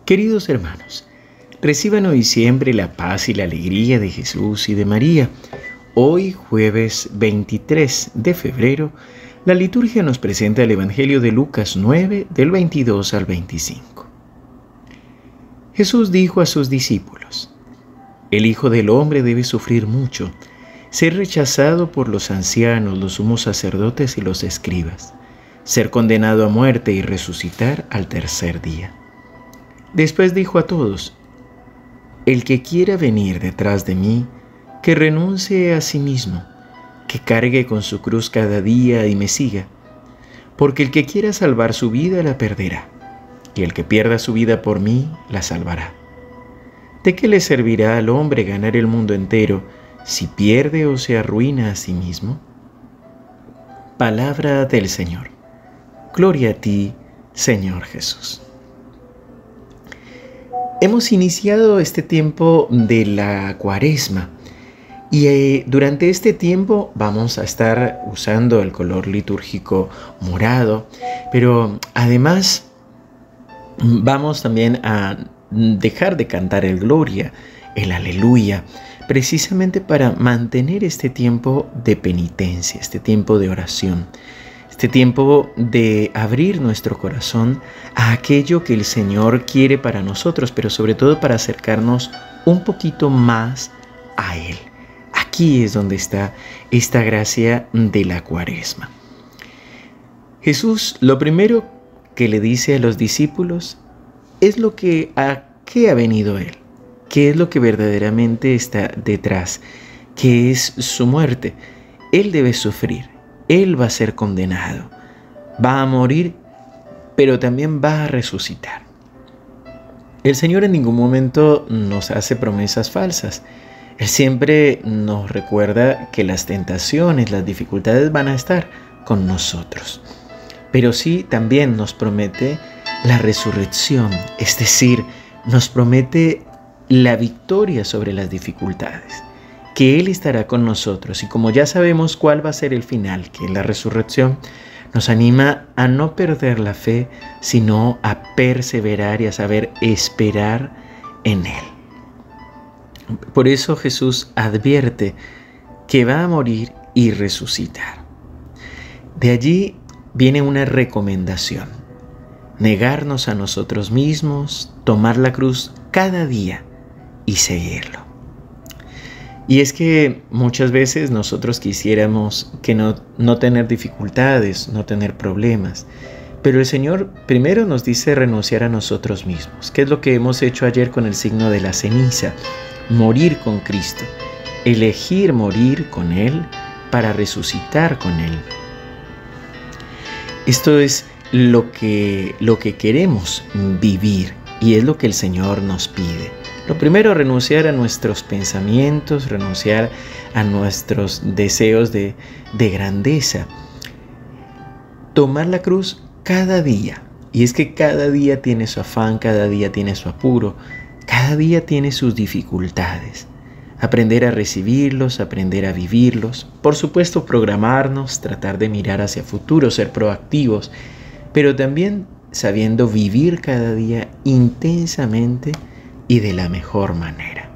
Queridos hermanos, reciban hoy siempre la paz y la alegría de Jesús y de María. Hoy, jueves 23 de febrero, la liturgia nos presenta el Evangelio de Lucas 9, del 22 al 25. Jesús dijo a sus discípulos: El Hijo del Hombre debe sufrir mucho, ser rechazado por los ancianos, los sumos sacerdotes y los escribas, ser condenado a muerte y resucitar al tercer día. Después dijo a todos: El que quiera venir detrás de mí, que renuncie a sí mismo, que cargue con su cruz cada día y me siga. Porque el que quiera salvar su vida la perderá, y el que pierda su vida por mí la salvará. ¿De qué le servirá al hombre ganar el mundo entero si pierde o se arruina a sí mismo? Palabra del Señor. Gloria a ti, Señor Jesús. Hemos iniciado este tiempo de la Cuaresma y durante este tiempo vamos a estar usando el color litúrgico morado, pero además vamos también a dejar de cantar el Gloria, el Aleluya, precisamente para mantener este tiempo de penitencia, este tiempo de oración. Este tiempo de abrir nuestro corazón a aquello que el Señor quiere para nosotros, pero sobre todo para acercarnos un poquito más a Él. Aquí es donde está esta gracia de la Cuaresma. Jesús lo primero que le dice a los discípulos es a qué ha venido Él, qué es lo que verdaderamente está detrás, que es su muerte. Él debe sufrir. Él va a ser condenado, va a morir, pero también va a resucitar. El Señor en ningún momento nos hace promesas falsas. Él siempre nos recuerda que las tentaciones, las dificultades van a estar con nosotros. Pero sí también nos promete la resurrección, es decir, nos promete la victoria sobre las dificultades, que Él estará con nosotros, y como ya sabemos cuál va a ser el final, que es la resurrección, nos anima a no perder la fe, sino a perseverar y a saber esperar en Él. Por eso Jesús advierte que va a morir y resucitar. De allí viene una recomendación: negarnos a nosotros mismos, tomar la cruz cada día y seguirlo. Y es que muchas veces nosotros quisiéramos que no tener dificultades, no tener problemas. Pero el Señor primero nos dice renunciar a nosotros mismos, que es lo que hemos hecho ayer con el signo de la ceniza. Morir con Cristo, elegir morir con Él para resucitar con Él. Esto es lo que queremos vivir y es lo que el Señor nos pide. Lo primero, renunciar a nuestros pensamientos, renunciar a nuestros deseos de grandeza. Tomar la cruz cada día. Y es que cada día tiene su afán, cada día tiene su apuro, cada día tiene sus dificultades. Aprender a recibirlos, aprender a vivirlos. Por supuesto, programarnos, tratar de mirar hacia futuro, ser proactivos, pero también sabiendo vivir cada día intensamente y de la mejor manera.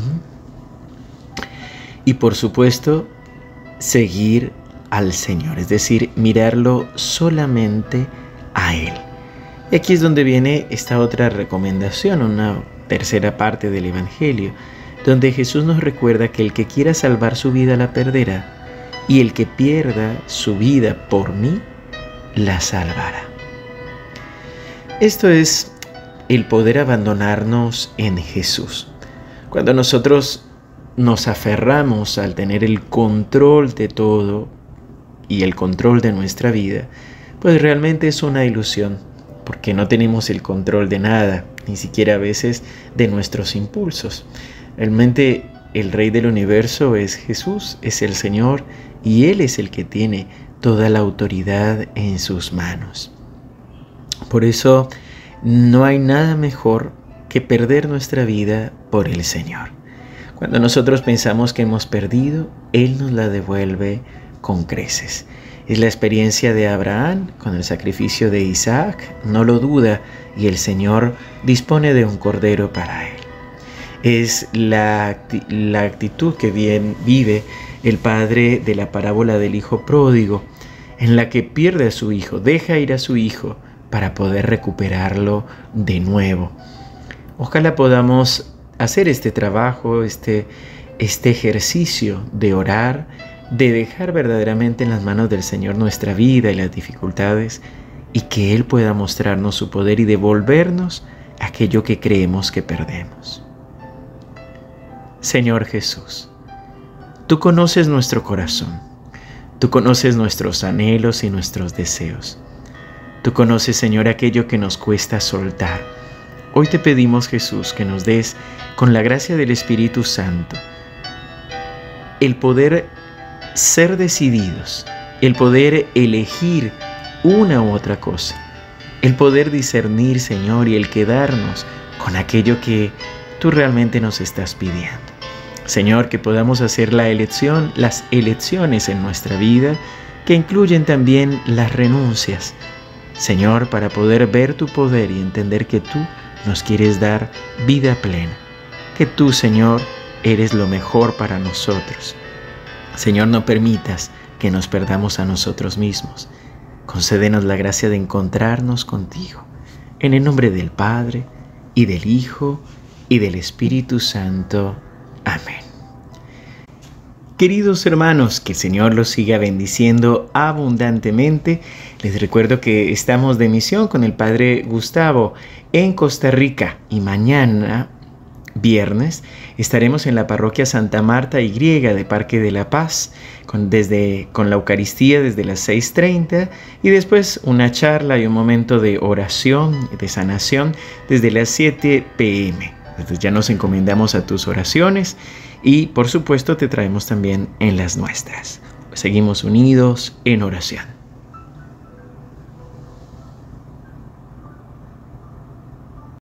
Y por supuesto, seguir al Señor, es decir, mirarlo solamente a Él. Y aquí es donde viene esta otra recomendación, una tercera parte del Evangelio, donde Jesús nos recuerda que el que quiera salvar su vida la perderá, y el que pierda su vida por mí la salvará. Esto es el poder abandonarnos en Jesús. Cuando nosotros nos aferramos al tener el control de todo y el control de nuestra vida, pues realmente es una ilusión, porque no tenemos el control de nada, ni siquiera a veces de nuestros impulsos. Realmente el Rey del Universo es Jesús, es el Señor, y Él es el que tiene toda la autoridad en sus manos. Por eso no hay nada mejor que perder nuestra vida por el Señor. Cuando nosotros pensamos que hemos perdido, Él nos la devuelve con creces. Es la experiencia de Abraham con el sacrificio de Isaac, no lo duda, y el Señor dispone de un cordero para él. Es la actitud que vive el padre de la parábola del hijo pródigo, en la que pierde a su hijo, deja ir a su hijo para poder recuperarlo de nuevo. Ojalá podamos hacer este trabajo, este ejercicio de orar, de dejar verdaderamente en las manos del Señor nuestra vida y las dificultades, y que Él pueda mostrarnos su poder y devolvernos aquello que creemos que perdemos. Señor Jesús, Tú conoces nuestro corazón, Tú conoces nuestros anhelos y nuestros deseos. Tú conoces, Señor, aquello que nos cuesta soltar. Hoy te pedimos, Jesús, que nos des, con la gracia del Espíritu Santo, el poder ser decididos, el poder elegir una u otra cosa, el poder discernir, Señor, y el quedarnos con aquello que Tú realmente nos estás pidiendo. Señor, que podamos hacer las elecciones en nuestra vida, que incluyen también las renuncias. Señor, para poder ver Tu poder y entender que Tú nos quieres dar vida plena, que Tú, Señor, eres lo mejor para nosotros. Señor, no permitas que nos perdamos a nosotros mismos. Concédenos la gracia de encontrarnos contigo. En el nombre del Padre, y del Hijo, y del Espíritu Santo. Amén. Queridos hermanos, que el Señor los siga bendiciendo abundantemente. Les recuerdo que estamos de misión con el Padre Gustavo en Costa Rica, y mañana, viernes, estaremos en la parroquia Santa Marta Y de Parque de la Paz, con la Eucaristía desde las 6:30, y después una charla y un momento de oración, de sanación, desde las 7 p.m. Entonces ya nos encomendamos a tus oraciones y por supuesto te traemos también en las nuestras. Seguimos unidos en oración.